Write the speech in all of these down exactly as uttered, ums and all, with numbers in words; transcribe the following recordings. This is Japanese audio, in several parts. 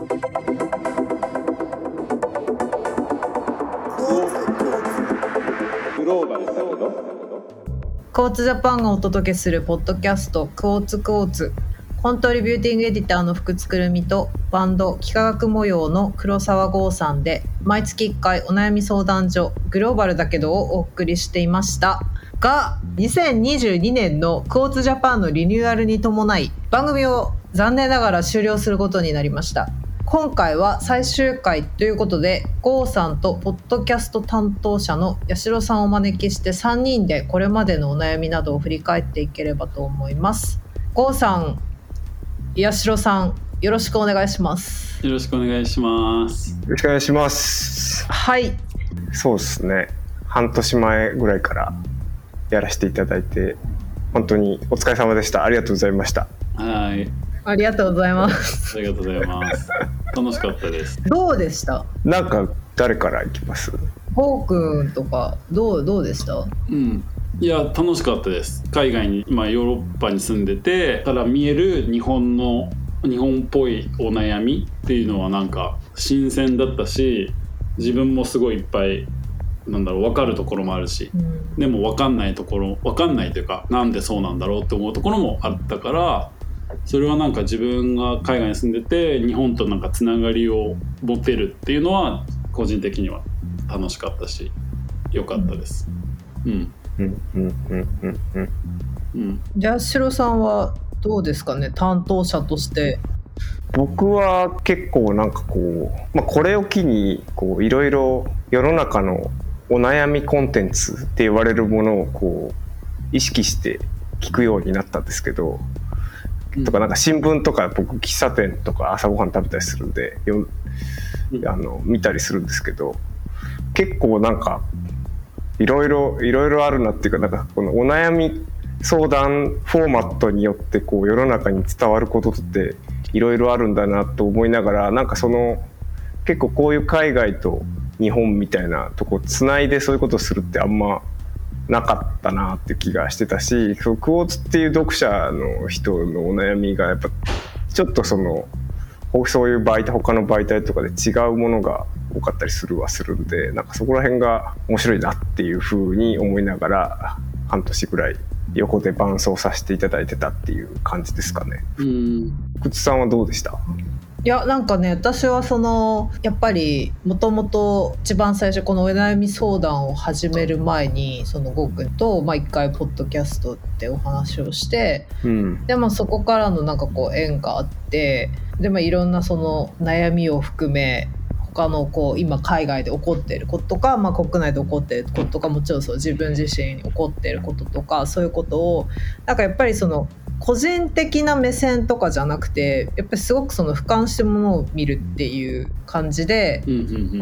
グローバルだけどクォーツジャパンがお届けするポッドキャストクォーツクォーツ。コントリビューティングエディターの福津くるみとバンド幾何学模様の黒沢剛さんで毎月いっかいお悩み相談所グローバルだけどをお送りしていましたが、にせんにじゅうにねんのクォーツジャパンのリニューアルに伴い番組を残念ながら終了することになりました。今回は最終回ということで、郷さんとポッドキャスト担当者の八代さんをお招きしてさんにんでこれまでのお悩みなどを振り返っていければと思います。郷さん、八代さん、よろしくお願いします。 よろしくお願いします。 よろしくお願いします。 はい。 そうですね。半年前ぐらいからやらせていただいて本当にお疲れ様でした。ありがとうございました。 はい。 ありがとうございます。 ありがとうございます。楽しかったです。 どうでした？ なんか誰から行きます？ ボー君とかどうどうでした？ うん。いや楽しかったです。海外に今ヨーロッパに住んでてから見える日本の日本っぽいお悩みっていうのはなんか新鮮だったし、自分もすごいいっぱいなんだろう分かるところもあるし、うん、でも分かんないところ分かんないというかなんでそうなんだろうって思うところもあったから、それはなんか自分が海外に住んでて日本となんかつながりを持てるっていうのは個人的には楽しかったし良かったです。うんうんうんうんうんうんうん。じゃあ八代さんはどうですかね、担当者として。 僕は結構なんかこう、まあ、これを機にこういろいろ世の中のお悩みコンテンツって言われるものをこう意識して聞くようになったんですけど、とかなんか新聞とか僕喫茶店とか朝ごはん食べたりするんでよあの見たりするんですけど、結構なんかいろいろいろいろあるなっていうか、なんかこのお悩み相談フォーマットによってこう世の中に伝わることっていろいろあるんだなと思いながら、なんかその結構こういう海外と日本みたいなとこつないでそういうことをするってあんまなかったなっていう気がしてたし、そのクォーツっていう読者の人のお悩みがやっぱちょっとそのそういう媒体他の媒体とかで違うものが多かったりするはするんで、なんかそこら辺が面白いなっていうふうに思いながら半年ぐらい横で伴走させていただいてたっていう感じですかね。うん。福津さんはどうでした？ いやなんかね、私はそのやっぱりもともと一番最初このお悩み相談を始める前にそのゴーくんとまあ一回ポッドキャストってお話をして、うん、でもそこからのなんかこう縁があって、でもいろんなその悩みを含め他のこう今海外で起こっていることとか、まあ、国内で起こっていることとか、もちろんそう自分自身に起こっていることとか、そういうことをなんかやっぱりその個人的な目線とかじゃなくて、やっぱりすごくその俯瞰してものを見るっていう感じで、うんうんうん、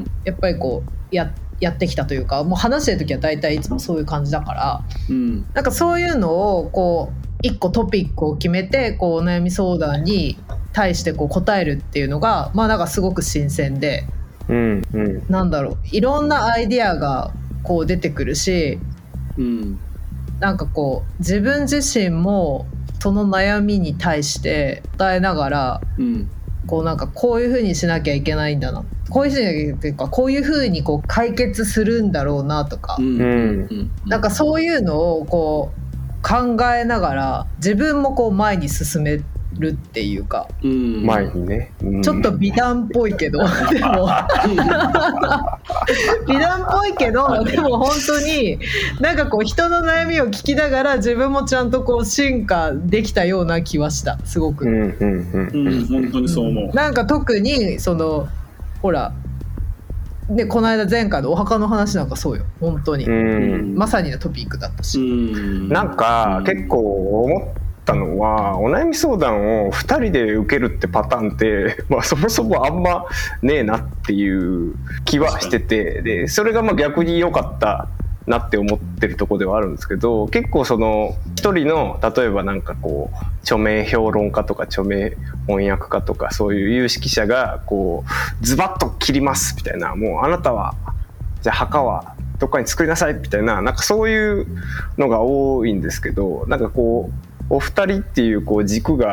やっぱりこう や, やってきたというか、もう話してる時は大体いつもそういう感じだから、うん、なんかそういうのをこう一個トピックを決めてこうお悩み相談に対してこう答えるっていうのがまあなんかすごく新鮮で、うんうん、なんだろう、いろんなアイディアがこう出てくるし、うん、なんかこう自分自身もその悩みに対して答えながら、うん、こうなんかこういう風にしなきゃいけないんだな、こういう風にっていうかこういう風にこう解決するんだろうなとか、うんうん、なんかそういうのをこう考えながら自分もこう前に進めるっていうか、 うん、前にね、 うん、ちょっと美談っぽいけどでも美談っぽいけどでも本当になんかこう人の悩みを聞きながら自分もちゃんとこう進化できたような気はしたすごく、うんうんうんうん、本当にそう思う。 なんか特にそのほらでこの間前回のお墓の話なんかそうよ、本当に、うん、まさにのトピックだったし、うん、 なんか結構思ったのは、お悩み相談をふたりで受けるってパターンって、まあ、そもそもあんまねえなっていう気はしてて、でそれがまあ逆に良かったなって思ってるところではあるんですけど、結構その一人の例えばなんかこう著名評論家とか著名翻訳家とかそういう有識者がこうズバッと切りますみたいな、もうあなたはじゃあ墓はどっかに作りなさいみたいな、なんかそういうのが多いんですけど、なんかこうお二人っていうこう軸が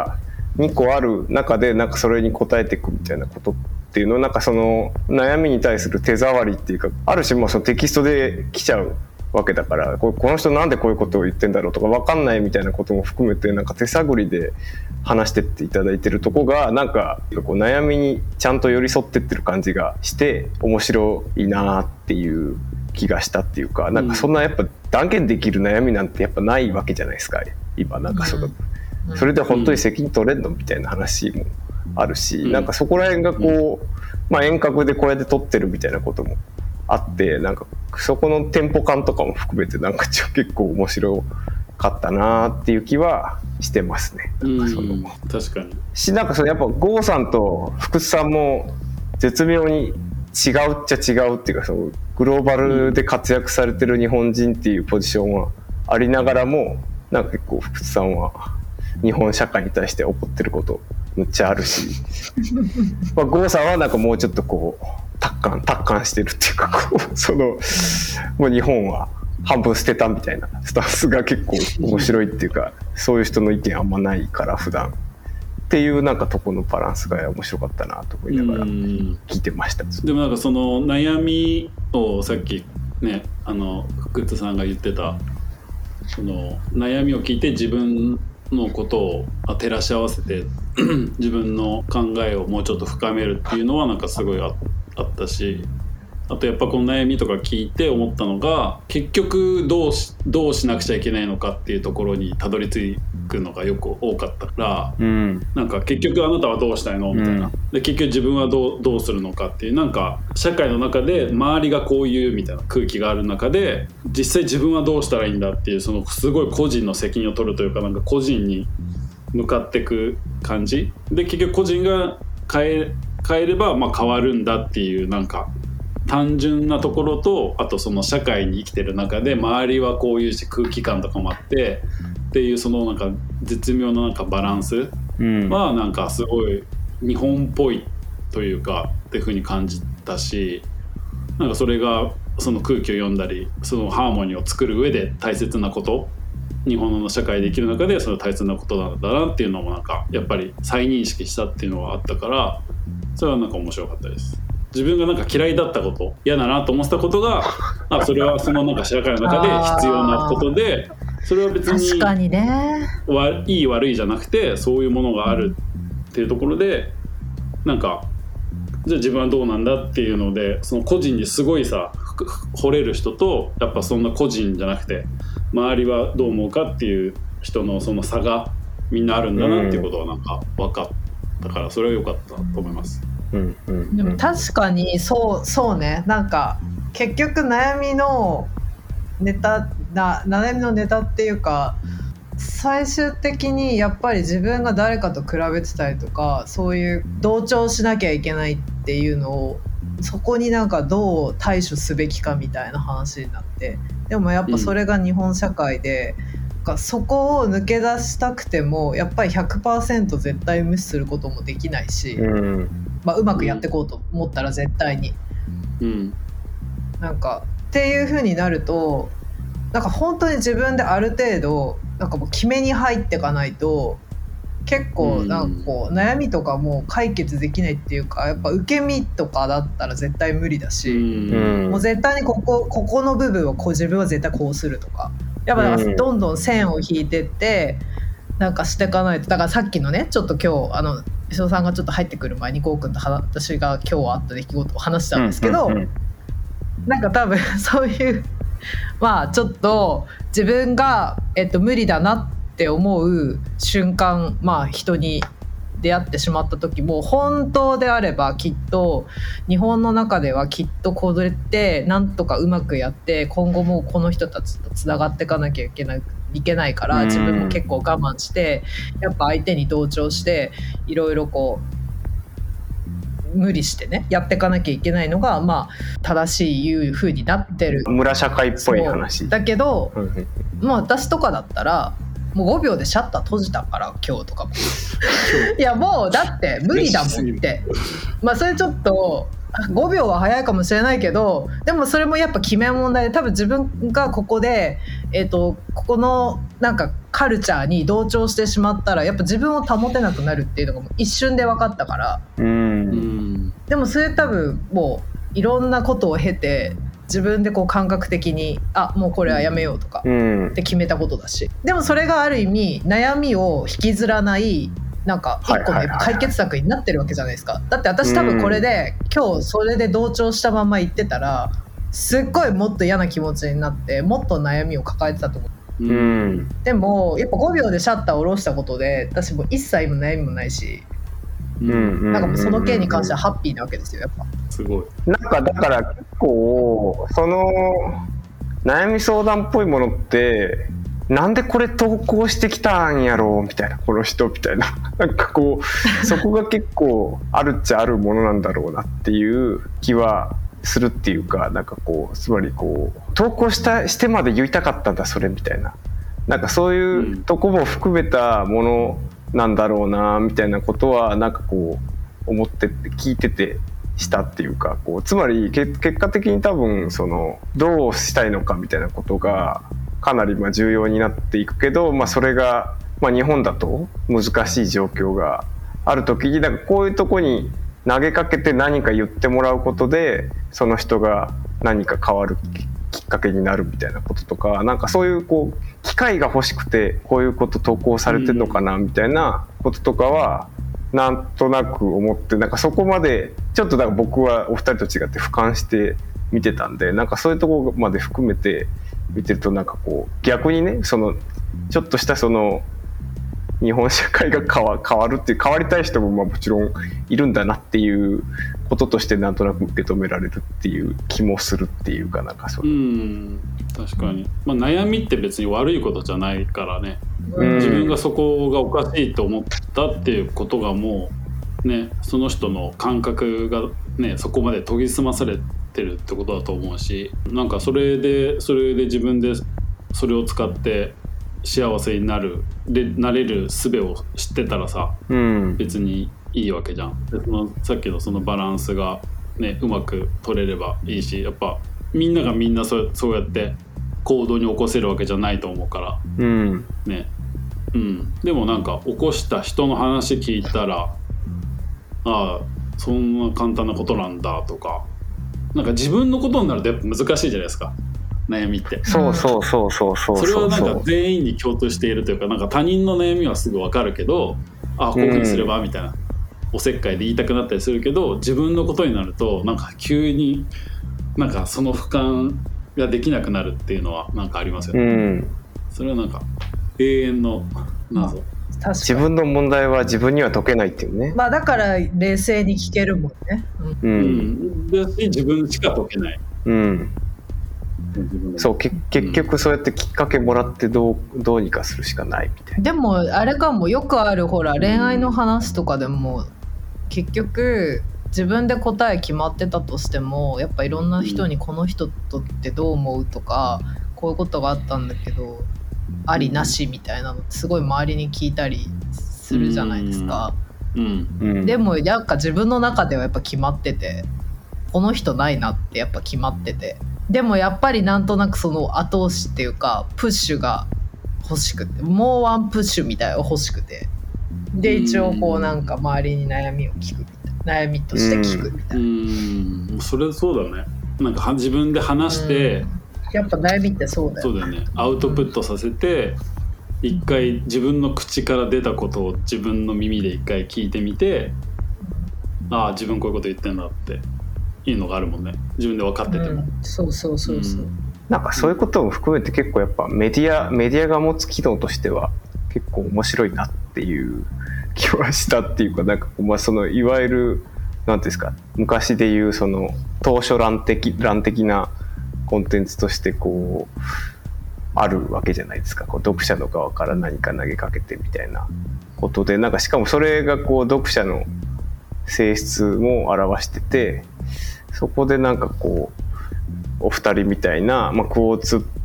にこある中でなんかそれに応えていくみたいなことっていうのをなんかその悩みに対する手触りっていうかある種まあそのテキストで来ちゃうわけだからこの人なんでこういうことを言ってんだろうとか分かんないみたいなことも含めてなんか手探りで話してっていただいてるとこがなんかこう悩みにちゃんと寄り添ってってる感じがして面白いなっていう気がしたっていうかなんかそんなやっぱ断言できる悩みなんてやっぱないわけじゃないですか今なんかそのそれで本当に責任取れんのみたいな話もあるしなんかそこら辺がこうまあ遠隔でこうやって撮ってるみたいなこともあってなんかそこのテンポ感とかも含めてなんかちょ結構面白かったなっていう気はしてますね。なんかそのうん確かにしなんかそのやっぱ郷さんと福津さんも絶妙に違うっちゃ違うっていうかそのグローバルで活躍されてる日本人っていうポジションはありながらもなんか結構福津さんは日本社会に対して怒ってることむっちゃあるしまあ郷さんはなんかもうちょっとこう達観達観してるっていうかこうそのもう日本は半分捨てたみたいなスタンスが結構面白いっていうかそういう人の意見あんまないから普段っていうなんかとこのバランスが面白かったなと思いながら聞いてました。 でもなんかその悩みをさっきねあの福津さんが言ってたその悩みを聞いて自分のことを照らし合わせて自分の考えをもうちょっと深めるっていうのはなんかすごい あ, あったしあとやっぱこの悩みとか聞いて思ったのが結局どう し, どうしなくちゃいけないのかっていうところにたどり着くのがよく多かったから、うん、なんか結局あなたはどうしたいのみたいな、うん、で結局自分はど う, どうするのかっていうなんか社会の中で周りがこういうみたいな空気がある中で実際自分はどうしたらいいんだっていうそのすごい個人の責任を取るというかなんか個人に向かっていく感じで結局個人が変 え, 変えればまあ変わるんだっていうなんか単純なところとあとその社会に生きてる中で周りはこういう空気感とかもあってっていうそのなんか絶妙ななんかバランスはなんかすごい日本っぽいというかっていう風に感じたしなんかそれがその空気を読んだりそのハーモニーを作る上で大切なこと日本の社会で生きる中でそれは大切なことなんだなっていうのもなんかやっぱり再認識したっていうのはあったからそれはなんか面白かったです。自分がなんか嫌いだったこと嫌だなと思ってたことがあそれはそのなんか社会の中で必要なことでそれは別に確かにねいい悪いじゃなくてそういうものがあるっていうところでなんかじゃあ自分はどうなんだっていうのでその個人にすごいさ惚れる人とやっぱそんな個人じゃなくて周りはどう思うかっていう人のその差がみんなあるんだなっていうことはなんか分かったからそれは良かったと思います。 うんうんうん、 でも確かにそうそうねなんか結局悩みのネタな悩みのネタっていうか最終的にやっぱり自分が誰かと比べてたりとかそういう同調しなきゃいけないっていうのをそこになんかどう対処すべきかみたいな話になってでもやっぱそれが日本社会で、うん、そこを抜け出したくてもやっぱり ひゃくパーセント 絶対無視することもできないし、うんまあ、うまくやっていこうと思ったら絶対に、うん、なんかっていう風になるとなんか本当に自分である程度なんかもう決めに入っていかないと結構なんかこう悩みとかも解決できないっていうかやっぱ受け身とかだったら絶対無理だし、うん、もう絶対にここ、ここの部分をこう自分は絶対こうするとかやっぱなんかどんどん線を引いてってなんかしていかないとだからさっきのねちょっと今日あの石尾さんがちょっと入ってくる前にこうくんと私が今日あった出来事を話したんですけど、うんうんうん、なんか多分そういうまあちょっと自分が、えっと、無理だなって思う瞬間まあ人に出会ってしまった時も本当であればきっと日本の中ではきっとこれってなんとかうまくやって今後もこの人たちとつながっていかなきゃいけないいけないから自分も結構我慢してやっぱ相手に同調していろいろこう無理してねやっていかなきゃいけないのがまあ正しいいう風になってる村社会っぽい話だけどまあ私とかだったらもうごびょうでシャッター閉じたから今日とかもいやもうだって無理だもんってまあそれちょっとごびょうは早いかもしれないけど、でもそれもやっぱ決め問題で、多分自分がここで、えーと、ここのなんかカルチャーに同調してしまったらやっぱ自分を保てなくなるっていうのがもう一瞬で分かったから、 うん、 でもそれ多分もういろんなことを経て自分でこう感覚的にあもうこれはやめようとかって決めたことだし、でもそれがある意味悩みを引きずらないなんか一個の解決策になってるわけじゃないですか。だって私多分これで、うん、今日それで同調したまま行ってたらすっごいもっと嫌な気持ちになってもっと悩みを抱えてたと思う、うん、でもやっぱごびょうでシャッターを下ろしたことで私も一切の悩みもないし、うん、なんかもうその件に関してはハッピーなわけですよ。やっぱすごいなんかだから結構その悩み相談っぽいものってなんでこれ投稿してきたんやろうみたいな、この人みたいな、なんかこうそこが結構あるっちゃあるものなんだろうなっていう気はするっていうか、なんかこうつまりこう投稿したしてまで言いたかったんだそれみたいな、なんかそういうとこも含めたものなんだろうなみたいなことはなんかこう思って聞いててしたっていうか、こうつまり結果的に多分そのどうしたいのかみたいなことがかなりまあ重要になっていくけど、まあ、それがまあ日本だと難しい状況がある時になんかこういうとこに投げかけて何か言ってもらうことでその人が何か変わるきっかけになるみたいなこととか、なんかそういうこう機会が欲しくてこういうこと投稿されてるのかなみたいなこととかはなんとなく思って、なんかそこまでちょっとだから僕はお二人と違って俯瞰して見てたんで、なんかそういうところまで含めて見てるとなんかこう逆にね、そのちょっとしたその日本社会が変わ、変わるっていう変わりたい人もまあもちろんいるんだなっていうこととしてなんとなく受け止められるっていう気もするっていうか、なんかそういう、うん確かに、まあ、悩みって別に悪いことじゃないからね、うん、自分がそこがおかしいと思ったっていうことがもうねその人の感覚がねそこまで研ぎ澄まされてるってことだと思うし、なんかそれでそれで自分でそれを使って幸せになるでなれる術を知ってたらさ、うん、別にいいわけじゃん。でそのさっきのそのバランスがねうまく取れればいいし、やっぱみんながみんなそう、そうやって行動に起こせるわけじゃないと思うから、うんねうん、でもなんか起こした人の話聞いたらああそんな簡単なことなんだとか、なんか自分のことになるとやっぱ難しいじゃないですか悩みって。 そうそうそうそうそうそれはなんか全員に共通しているというか、なんか他人の悩みはすぐ分かるけどああこういうふうにすればみたいな、うん、おせっかいで言いたくなったりするけど自分のことになるとなんか急になんかその俯瞰ができなくなるっていうのはなんかありますよね、うん、それはなんか永遠の謎。 自分の問題は自分には解けないっていうね。 まあだから冷静に聞けるもんね。 うん。うん、だし自分しか解けない。うん。 そうけ結局そうやってきっかけもらってどうどうにかするしかないみたいな。 でもあれかもよくあるほら恋愛の話とかでも、うん、結局自分で答え決まってたとしてもやっぱいろんな人にこの人とってどう思うとか、うん、こういうことがあったんだけどありなしみたいなのすごい周りに聞いたりするじゃないですか、うんうん、でもなんか自分の中ではやっぱ決まっててこの人ないなってやっぱ決まってて、でもやっぱりなんとなくその後押しっていうかプッシュが欲しくてもうワンプッシュみたいなの欲しくて、で一応こうなんか周りに悩みを聞くみたいな、悩みとして聞くみたいな、 うんうんそれそうだね。なんか自分で話して、 やっぱ悩みってそうだよね。 そうだよね。アウトプットさせて一回自分の口から出たことを自分の耳で一回聞いてみて、ああ自分こういうこと言ってんだっていうのがあるもんね。自分で分かってても、うん、 そうそうそうそう、うん、 なんかそういうことも含めて結構やっぱメディアメディアが持つ機能としては結構面白いなっていう気はしたっていうか、なんかまあそのいわゆるなんていうんですか、昔でいうその当初欄的欄的なコンテンツとしてこうあるわけじゃないですか。こう読者の側から何か投げかけてみたいなことで、なんかしかもそれがこう読者の性質も表してて、そこでなんかこうお二人みたいな、まあ、クォーツ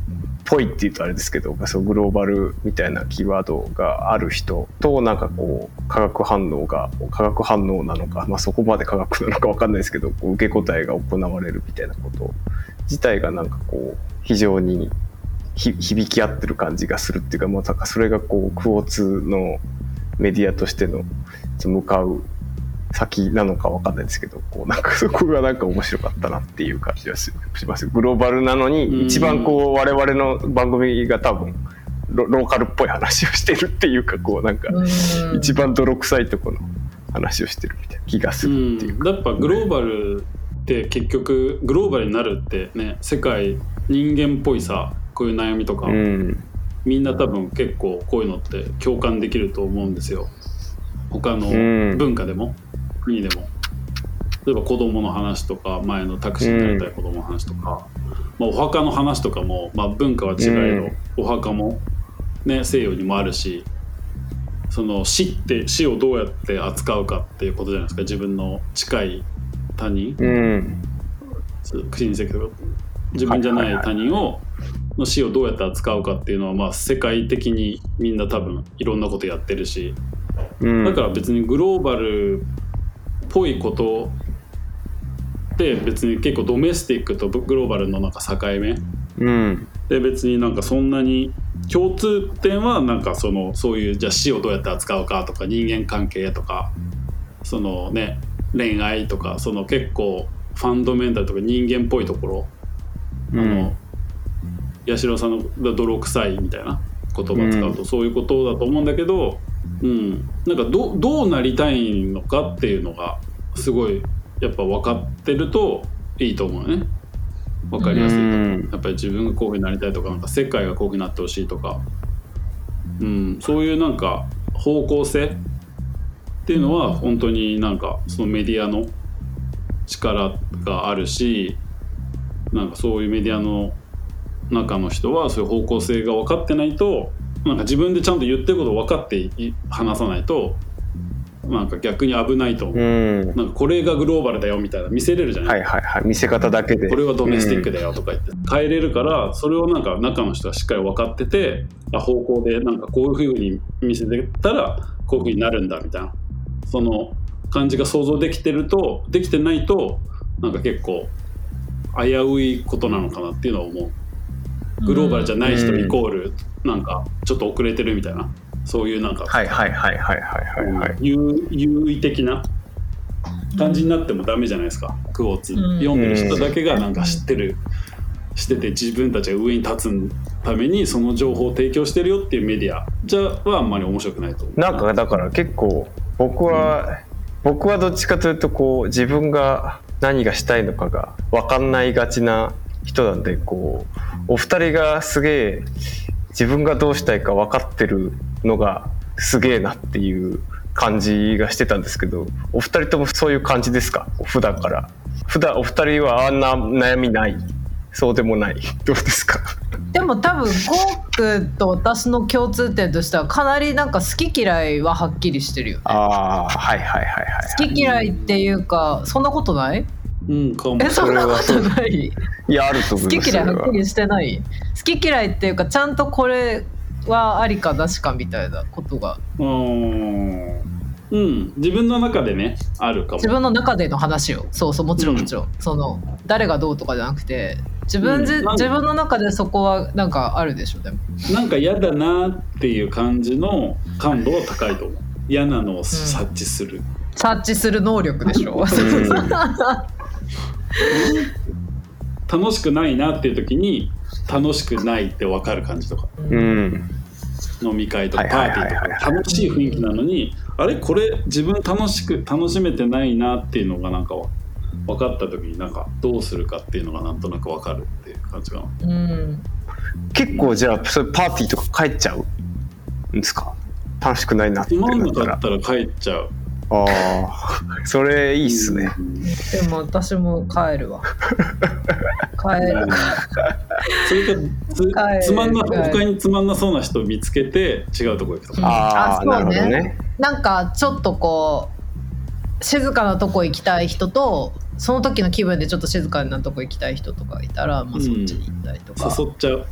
ぽいっていうとあれですけど、そうグローバルみたいなキーワードがある人となんかこう化学反応が化学反応なのか、まあ、そこまで化学なのか分かんないですけど、こう受け答えが行われるみたいなこと自体がなんかこう非常に響き合ってる感じがするっていうか、まさかそれがこうクォーツのメディアとしての向かう先なのか分かんないですけど、こうなんかそこがなんか面白かったなっていう感じはします。グローバルなのに一番こう我々の番組が多分 ロ, ローカルっぽい話をしてるっていうか、こうなんか一番泥臭いところの話をしてるみたいな気がするっていうか、 やっぱグローバルって結局グローバルになるってね、世界人間っぽいさ、こういう悩みとか、うん、みんな多分結構こういうのって共感できると思うんですよ。他の文化でも、うん、国でも、例えば子供の話とか、前のタクシーになりたい子供の話とか、うん、まあ、お墓の話とかも、まあ、文化は違えど、うん、お墓も、ね、西洋にもあるし、その死って死をどうやって扱うかっていうことじゃないですか。自分の近い他人、うん、親戚とか自分じゃない他人をの死をどうやって扱うかっていうのは、まあ、世界的にみんな多分いろんなことやってるし、うん、だから別にグローバルっぽいことって別に結構ドメスティックとグローバルのなんか境目、うん、で別になんかそんなに共通点はなんかそのそういうじゃあ死をどうやって扱うかとか人間関係とかそのね恋愛とかその結構ファンダメンタルとか人間っぽいところ、うん、あの八代さんの泥臭いみたいな言葉使うとそういうことだと思うんだけど、うん、なんか ど, どうなりたいのかっていうのがすごいやっぱ分かってるといいと思うね。分かりやすいと思う。やっぱり自分がこういうふうになりたいとか、なんか世界がこういうふうになってほしいとか、うん、そういうなんか方向性っていうのは本当になんかそのメディアの力があるし、なんかそういうメディアの中の人はそういう方向性が分かってないと、なんか自分でちゃんと言ってることを分かって話さないとなんか逆に危ないと思う、うん、なんかこれがグローバルだよみたいな見せれるじゃない、 はいはいはい、見せ方だけでこれはドメスティックだよとか言って変えれるから、それをなんか中の人がしっかり分かってて、あ方向でなんかこういう風に見せてたらこういう風になるんだみたいな、その感じが想像できてると、できてないとなんか結構危ういことなのかなっていうのは思う。グローバルじゃない人イコールなんかちょっと遅れてるみたいな、そういうなんかはいはいはいはいはいはい、 優位的な感じになってもダメじゃないですか。クォーツ読んでる人だけがなんか知ってる知ってて自分たちが上に立つためにその情報を提供してるよっていうメディアじゃはあんまり面白くないと思う。 なんかだから結構僕は、うん、僕はどっちかというとこう自分が何がしたいのかが分かんないがちな人なんで、こうお二人がすげえ自分がどうしたいか分かってるのがすげえなっていう感じがしてたんですけど、お二人ともそういう感じですか？普段から普段お二人はあんな悩みない？そうでもない？どうですか？ でも多分ゴークと私の共通点としてはかなりなんか好き嫌いははっきりしてるよね。 ああはいはいはいはい、はい、 好き嫌いっていうかそんなことない？ うん、かも。 え、そんなことない。 いやあると思いますよ。 好き嫌いはっきりしてない。好き嫌いっていうかちゃんとこれはありかなしかみたいなことが、 うーん、うん、自分の中でねあるかも。 自分の中での話を、そうそうもちろんもちろん、うん、その誰がどうとかじゃなくて自分、うん、自分の中でそこはなんかあるでしょ。でもなんか嫌だなっていう感じの感度は高いと思う。嫌なのを察知する、うん、 察知する能力でしょ、うん、 楽しくないなっていう時に楽しくないって分かる感じとか、うん、飲み会とかパーティーとか楽しい雰囲気なのに、あれこれ自分楽しく楽しめてないなっていうのがなんか分かった時になんかどうするかっていうのがなんとなく分かるっていう感じかな、うん、 結構じゃあそれパーティーとか帰っちゃうんですか？楽しくないなってなったら。 つまんなかったら帰っちゃう。 ああ、それいいっすね。 でも私も帰るわ。帰る。 それか つ, つまんな他につまんなそうな人を見つけて違うところ行くとか。 うん、ああ、なるほどね。なんかちょっとこう静かなとこ行きたい人と、その時の気分でちょっと静かなとこ行きたい人とかいたら、まあ、そっちに行ったりとか、 うん、誘っちゃう。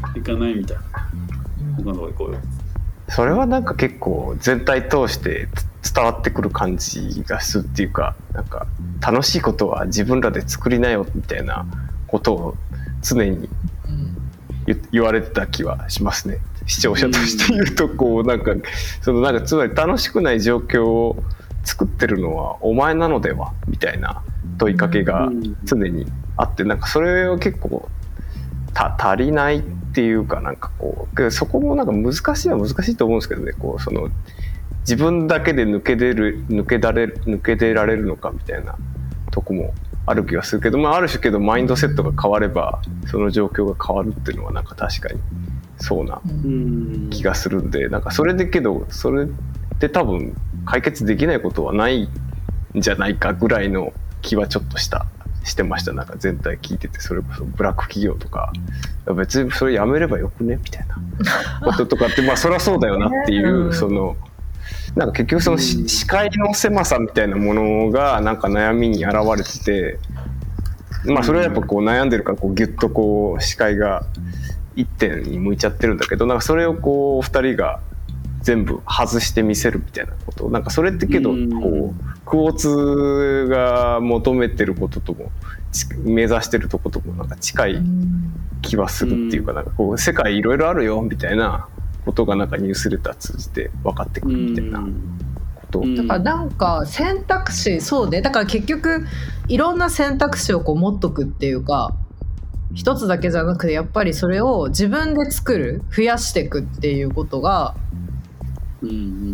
いかないみたいな。他のとこ行こうよ。 それはなんか結構全体通して伝わってくる感じがするっていうか、なんか楽しいことは自分らで作りなよみたいなことを常に言, 言われてた気はしますね。視聴者として言うと、こうなんかそのなんかつまり楽しくない状況を作ってるのはお前なのではみたいな問いかけが常にあって、なんかそれを結構た足りないっていうか、なんかこうそこもなんか難しいは難しいと思うんですけどね。こうその自分だけで抜け出る抜け出れる抜け出られるのかみたいなとこもある気がするけど、まあある種けどマインドセットが変わればその状況が変わるっていうのはなんか確かにそうな気がするんで、なんかそれでけどそれって多分解決できないことはないんじゃないかぐらいの気はちょっとしたしてました。なんか全体聞いてて、それこそブラック企業とか別にそれやめればよくねみたいなこととかってまあそりゃそうだよなっていう、そのなんか結局その視界の狭さみたいなものがなんか悩みに現れてて、まあそれはやっぱこう悩んでるからこうギュッとこう視界が一点に向いちゃってるんだけど、なんかそれをこう二人が全部外してみせるみたいなこと、なんかそれってけどこうクォーツが求めてることとも目指してるとこともなんか近い気はするっていうか、なんかこう世界いろいろあるよみたいなことがなんかニュースレター通じて分かってくるみたいなこと、 だからなんか選択肢、そうね、だから結局いろんな選択肢をこう持っとくっていうか、一つだけじゃなくてやっぱりそれを自分で作る、増やしていくっていうことが、うんうん、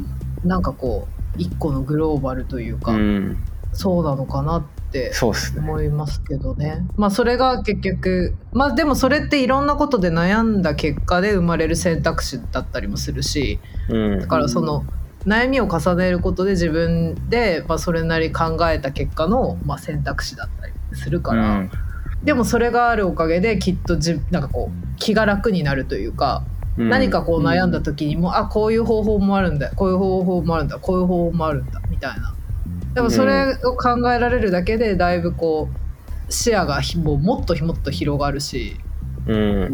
なんかこう一個のグローバルというか、うん、そうなのかなって思いますけど ね, ねまあそれが結局まあでもそれっていろんなことで悩んだ結果で生まれる選択肢だったりもするし、うん、だからその悩みを重ねることで自分で、まあ、それなり考えた結果の、まあ、選択肢だったりするから、うん、でもそれがあるおかげできっとじなんかこう気が楽になるというか、うん、何かこう悩んだ時にも、うん、あこういう方法もあるんだ、こういう方法もあるんだ、こういう方法もあるんだみたいな。でもそれを考えられるだけでだいぶこう視野がもうもっともっと広がるし、うん、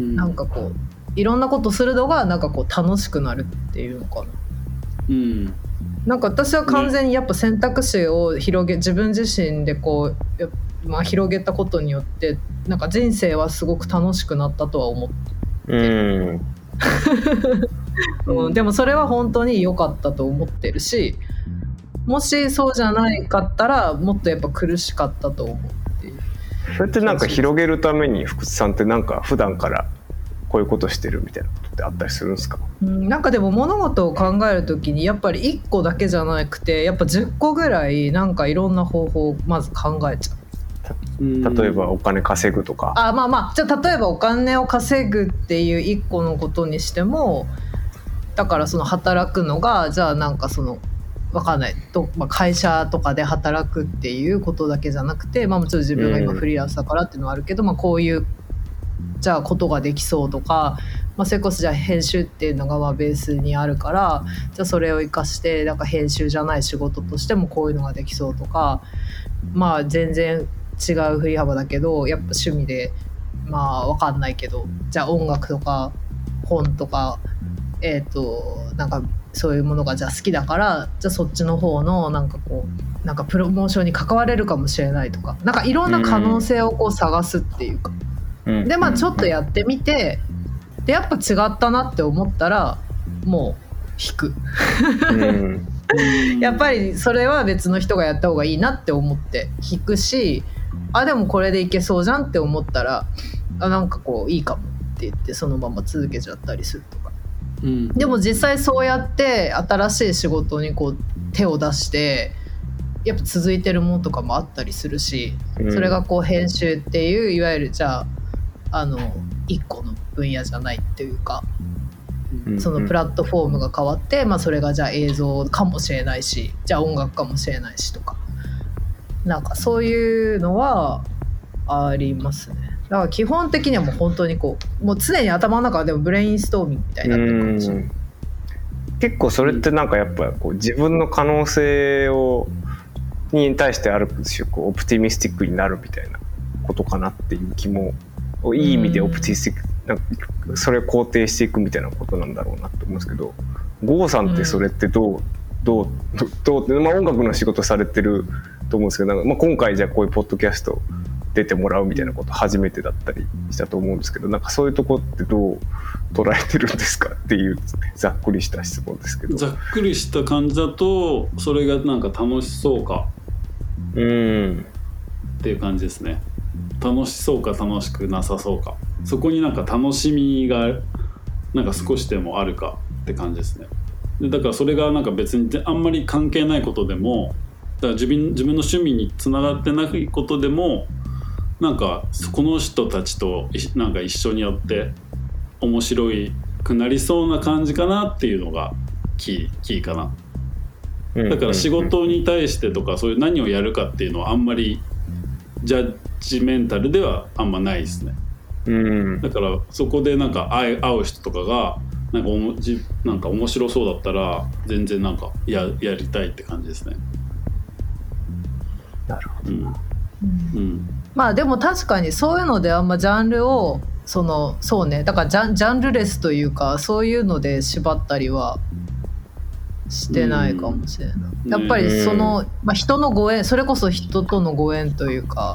なんかこういろんなことするのがなんかこう楽しくなるっていうのかな。うん、なんか私は完全にやっぱ選択肢を広げ、自分自身でこう、まあ、広げたことによってなんか人生はすごく楽しくなったとは思って、うんうん、でもそれは本当に良かったと思ってるし、もしそうじゃないかったらもっとやっぱ苦しかったと思うっていう。 それってなんか広げるために福津さんってなんか普段からこういうことしてるみたいなことってあったりするんですか？ うん、なんかでも物事を考えるときにやっぱりいっこだけじゃなくてやっぱじゅっこぐらいなんかいろんな方法をまず考えちゃう。 例えばお金稼ぐとか、 あまあまあじゃあ例えばお金を稼ぐっていういっこのことにしても、だからその働くのがじゃあなんかそのわかんないと、まあ、会社とかで働くっていうことだけじゃなくて、まあ、もちろん自分が今フリーランスだからっていうのはあるけど、うんまあ、こういうじゃあことができそうとか、まあ、それこそじゃあ編集っていうのがまあベースにあるから、じゃあそれを生かしてなんか編集じゃない仕事としてもこういうのができそうとか、まあ全然違う振り幅だけどやっぱ趣味でまあわかんないけど、じゃあ音楽とか本とかえっとなんかそういうものがじゃあ好きだから、じゃあそっちの方のなんかこうなんかプロモーションに関われるかもしれないとか、なんかいろんな可能性をこう探すっていうか、うん、でまあちょっとやってみて、でやっぱ違ったなって思ったらもう引く、うん、やっぱりそれは別の人がやった方がいいなって思って引くし、あでもこれでいけそうじゃんって思ったらあなんかこういいかもって言ってそのまま続けちゃったりするとか。うん、でも実際そうやって新しい仕事にこう手を出してやっぱ続いてるものとかもあったりするし、うん、それがこう編集っていういわゆるじゃああの一個の分野じゃないっていうか、うん、そのプラットフォームが変わって、まあ、それがじゃあ映像かもしれないし、じゃあ音楽かもしれないしとか、なんかそういうのはありますね。だから基本的にはもう本当にこうもう常に頭の中でもブレインストーミングみたいになってるかもしれない。 結構それってなんかやっぱこう自分の可能性をに対してある種こうオプティミスティックになるみたいなことかなっていう気も、いい意味でオプティミスティックなんかそれを肯定していくみたいなことなんだろうなと思うんですけど、郷さんってそれってどう、うん、どうどう、まあ、音楽の仕事されてると思うんですけど、なんか、まあ、今回じゃあこういうポッドキャスト出てもらうみたいなこと初めてだったりしたと思うんですけど、なんかそういうとこってどう捉えてるんですかっていうざっくりした質問ですけど。 ざっくりした感じだとそれがなんか楽しそうかうんっていう感じですね。楽しそうか楽しくなさそうか、そこになんか楽しみがなんか少しでもあるかって感じですね。でだからそれがなんか別にあんまり関係ないことでも、だから自分、自分の趣味につながってないことでもなんかこの人たちとなんか一緒にやって面白いくなりそうな感じかなっていうのがキー、キーかな。だから仕事に対してとかそういう何をやるかっていうのはあんまりジャッジメンタルではあんまないですね。 うん、 だからそこでなんか会う人とかがなんかおもじなんか面白そうだったら全然なんか や, やりたいって感じですね。 なるほど、 うんうん、 まあでも確かにそういうのであんまジャンルをそのそうねだからジャン、ジャンルレスというかそういうので縛ったりはしてないかもしれない、うん、やっぱりその、まあ、人のご縁、それこそ人とのご縁というか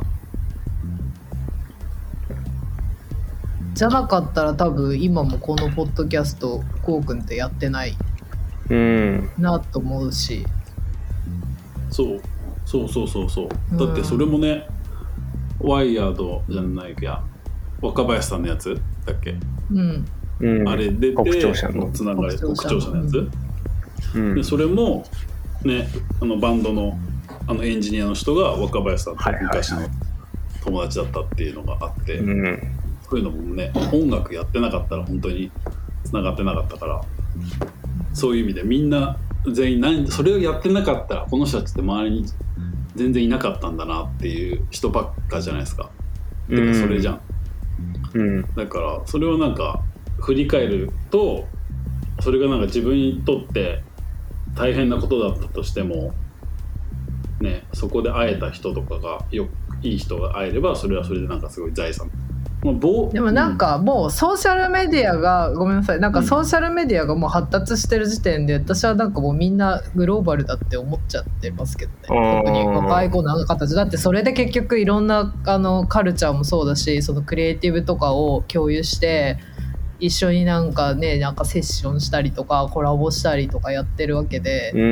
じゃなかったら多分今もこのポッドキャストこうくんってやってないなと思うし、 うん、そうそうそうそうそう、だってそれもね、うん、ワイヤードじゃないや若林さんのやつだっけ、 うんうん、あれ出て国庁舎のつながり国庁舎のやつ、 うん、 でそれもねあのバンドのあのエンジニアの人が若林さんと昔の友達だったっていうのがあって、 はいはいはい、うん、 そういうのもね音楽やってなかったら本当につながってなかったから、そういう意味でみんな全員何それをやってなかったらこの人たちって周りに全然いなかったんだなっていう人ばっかじゃないですか。だからそれじゃん、 うん、 だからそれをなんか振り返るとそれがなんか自分にとって大変なことだったとしてもね、そこで会えた人とかがよいい人が会えればそれはそれでなんかすごい財産。まあ、 でもなんかもうソーシャルメディアがごめんなさいなんかソーシャルメディアがもう発達してる時点で私はなんかもうみんなグローバルだって思っちゃってますけどね。特に若い子の形だってそれで結局いろんなあのカルチャーもそうだしそのクリエイティブとかを共有して一緒になんかねなんかセッションしたりとかコラボしたりとかやってるわけで、 うん、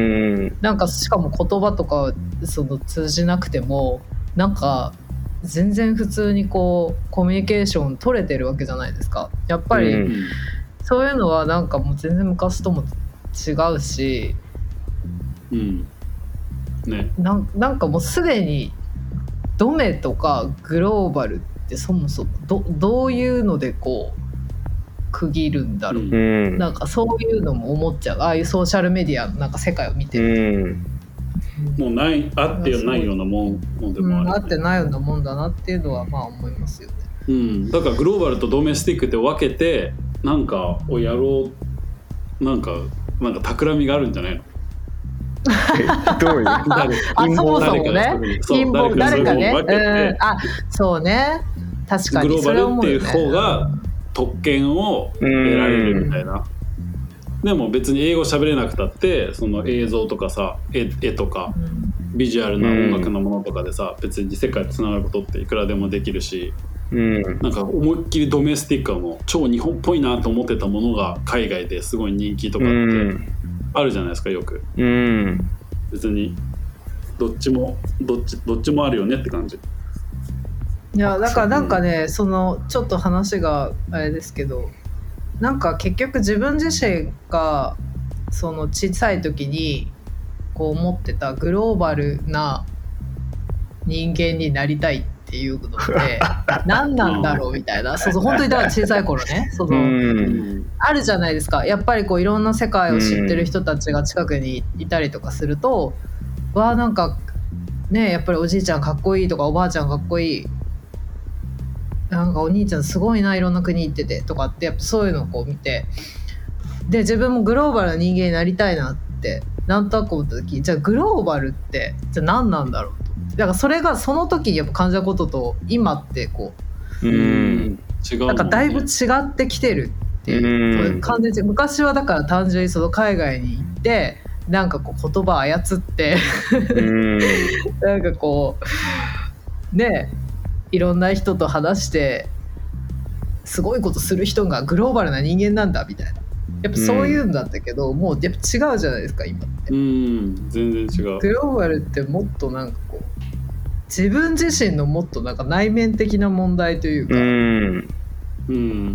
なんかしかも言葉とかその通じなくてもなんか全然普通にこうコミュニケーション取れてるわけじゃないですか。やっぱり、うん、そういうのはなんかもう全然昔とも違うし、 うんね、 な, なんかもうすでにドメとかグローバルってそもそも ど, どういうのでこう区切るんだろう、うん、なんかそういうのも思っちゃう。ああいうソーシャルメディアのなんか世界を見てると、うんもうないあってないようなもんでもある、ね、 うん、あってないようなもんだなっていうのはまあ思いますよね、 うん、だからグローバルとドメスティックって分けてなんかをやろうなんかなんか企みがあるんじゃないのどういうあそもそもね陰謀誰かね、うん、あそうね確かにグローバルっていう方が特権を得られるみたいな。でも別に英語喋れなくたってその映像とかさ 絵, 絵とかビジュアルな音楽のものとかでさ別に世界とつながることっていくらでもできるし、うん、なんか思いっきりドメスティックの超日本っぽいなと思ってたものが海外ですごい人気とかってあるじゃないですかよく、うん、別にどっちもどっちどっちもあるよねって感じ。 いやだからなんかねそのちょっと話があれですけどなんか結局自分自身がその小さい時にこう思ってたグローバルな人間になりたいっていうのって何なんだろうみたいなそうそう本当にだから小さい頃ねそのあるじゃないですかやっぱりこういろんな世界を知ってる人たちが近くにいたりとかするとわあなんかねやっぱりおじいちゃんかっこいいとかおばあちゃんかっこいいなんかお兄ちゃんすごいないろんな国行っててとかってやっぱそういうのをこう見てで自分もグローバルな人間になりたいなってなんとなく思った時じゃあグローバルってじゃあ何なんだろうとだからそれがその時にやっぱ感じたことと今ってこう、うん、 違うもんね、 なんかだいぶ違ってきてるっていう、 うん完全に昔はだから単純にその海外に行ってなんかこう言葉操ってうんなんかこうねいろんな人と話してすごいことする人がグローバルな人間なんだみたいな、やっぱそういうんだったけど、うん、もうやっぱ違うじゃないですか今って。 うん全然違う。 グローバルってもっとなんかこう自分自身のもっとなんか内面的な問題というか、 うんうん、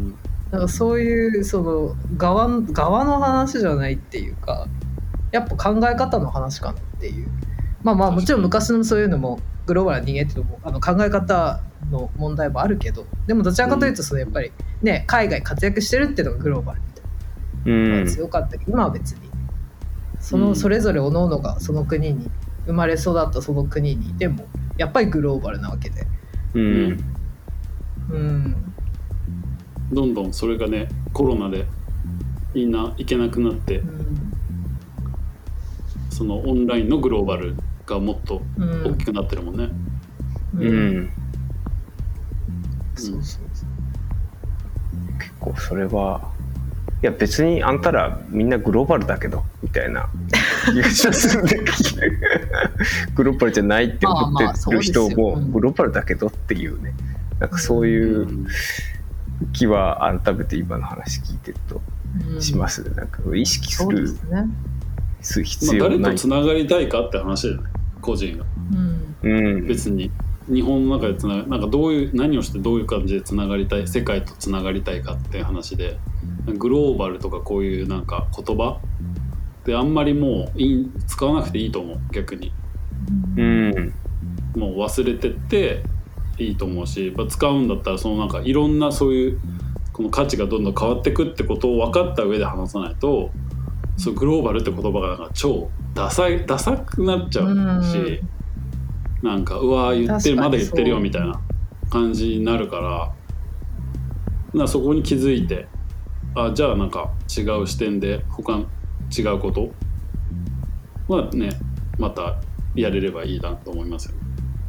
なんかそういうその側側の話じゃないっていうか、やっぱ考え方の話かなっていう。まあまあもちろん昔のそういうのもグローバルな人間っていうのもあの考え方の問題もあるけど、でもどちらかというとそのやっぱりね海外活躍してるっていうのがグローバルみたいな、 うんまあ、強かったけど今は別にそのそれぞれ各々がその国に生まれ育ったその国にいてもやっぱりグローバルなわけで、 うんうん、 どんどんそれがねコロナでみんな行けなくなって、 うん、 そのオンラインのグローバルがもっと大きくなってるもんね。 うんうん、 うん、そうそうそう、 結構それはいや別にあんたらみんなグローバルだけどみたいな気がするんだけどグローバルじゃないって思ってる人もグローバルだけどっていうね、なんかそういう気は改めて今の話聞いてるとしますね。なんか意識する必要ない、 まあ、誰とつながりたいかって話だよね個人が、 うん、 別に日本の中でつながなんかどういう何をしてどういう感じでつながりたい世界とつながりたいかっていう話で、グローバルとかこういうなんか言葉であんまりもういい使わなくていいと思う逆に、 うん、 もう忘れてっていいと思うし、使うんだったらそのなんかいろんなそういうこの価値がどんどん変わってくってことを分かった上で話さないと、そうグローバルって言葉がなんか超ダサいダサくなっちゃうし、うん、なんかうわ言ってるまだ言ってるよみたいな感じになるから、なそこに気づいて、あじゃあなんか違う視点で他違うことはねまたやれればいいなと思いますよ。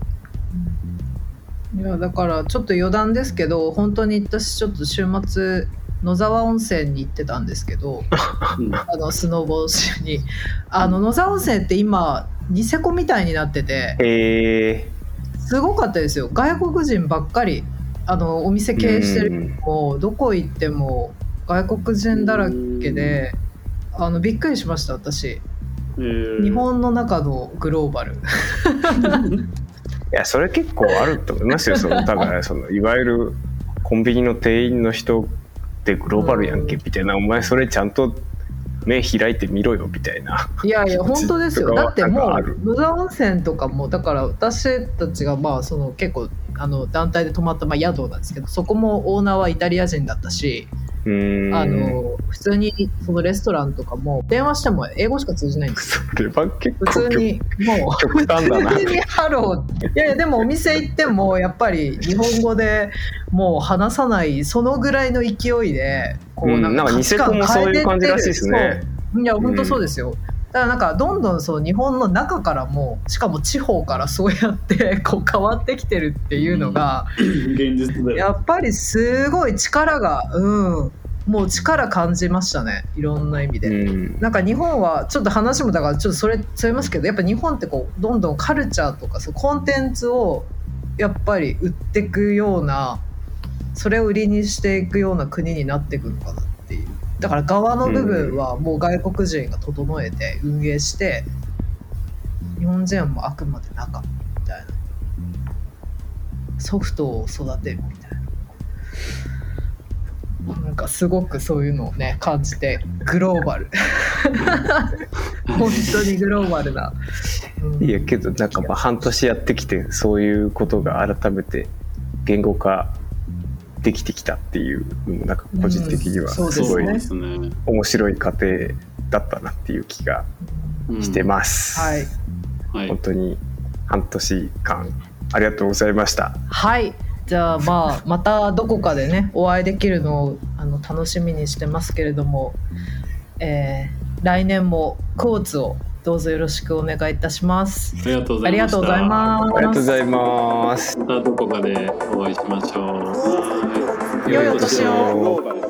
いやだからちょっと余談ですけど、本当に私ちょっと週末野沢温泉に行ってたんですけどあのスノーボード中にあの野沢温泉って今ニセコみたいになってて、 えー、すごかったですよ。外国人ばっかり、あのお店経営してる人もどこ行っても外国人だらけで、あのびっくりしました私、えー、日本の中のグローバルいやそれ結構あると思いますよ。そのだからそのいわゆるコンビニの店員の人ってグローバルやんけみたいな、お前それちゃんと目開いてみろよみたいな。 いやいや本当ですよ。だってもう野沢温泉とかもだから私たちがまあその結構あの団体で泊まった、まあ、宿なんですけど、そこもオーナーはイタリア人だったし、 うーんあの普通にそのレストランとかも電話しても英語しか通じないんですよ。 それは結構普通にもう極端だな。 普通にハロー、いやいやでもお店行ってもやっぱり日本語でもう話さないそのぐらいの勢いでこうなんか価値観変えてってる、うん、なんかニセコもそういう感じらしいですね。いや本当そうですよ。だからなんかどんどんそう日本の中からもしかも地方からそうやってこう変わってきてるっていうのが、 うん、現実だよ。 やっぱりすごい力が、うん、もう力感じましたね、いろんな意味で、うん、なんか日本はちょっと話もだからちょっとそれそれますけど、やっぱ日本ってこうどんどんカルチャーとかそうコンテンツをやっぱり売っていくような、それを売りにしていくような国になっていくのかなっていう。だから側の部分はもう外国人が整えて運営して、日本人はもうあくまで中みたいな、ソフトを育てるみたいな、なんかすごくそういうのをね感じて、グローバル本当にグローバルな、 うん、いやけどなんかまあ半年やってきてそういうことが改めて言語化できてきたっていうのもなんか個人的にはすごい面白い過程だったなっていう気がしてます、 うんはい、 本当に半年間ありがとうございました。 はい、じゃあまあまたどこかでねお会いできるのをあの楽しみにしてますけれども、えー、来年もクォーツをどうぞよろしくお願いいたします。 ありがとうございました。 ありがとうございます。 ありがとうございます。 またどこかでお会いしましょう。 良いお年を。 グローバル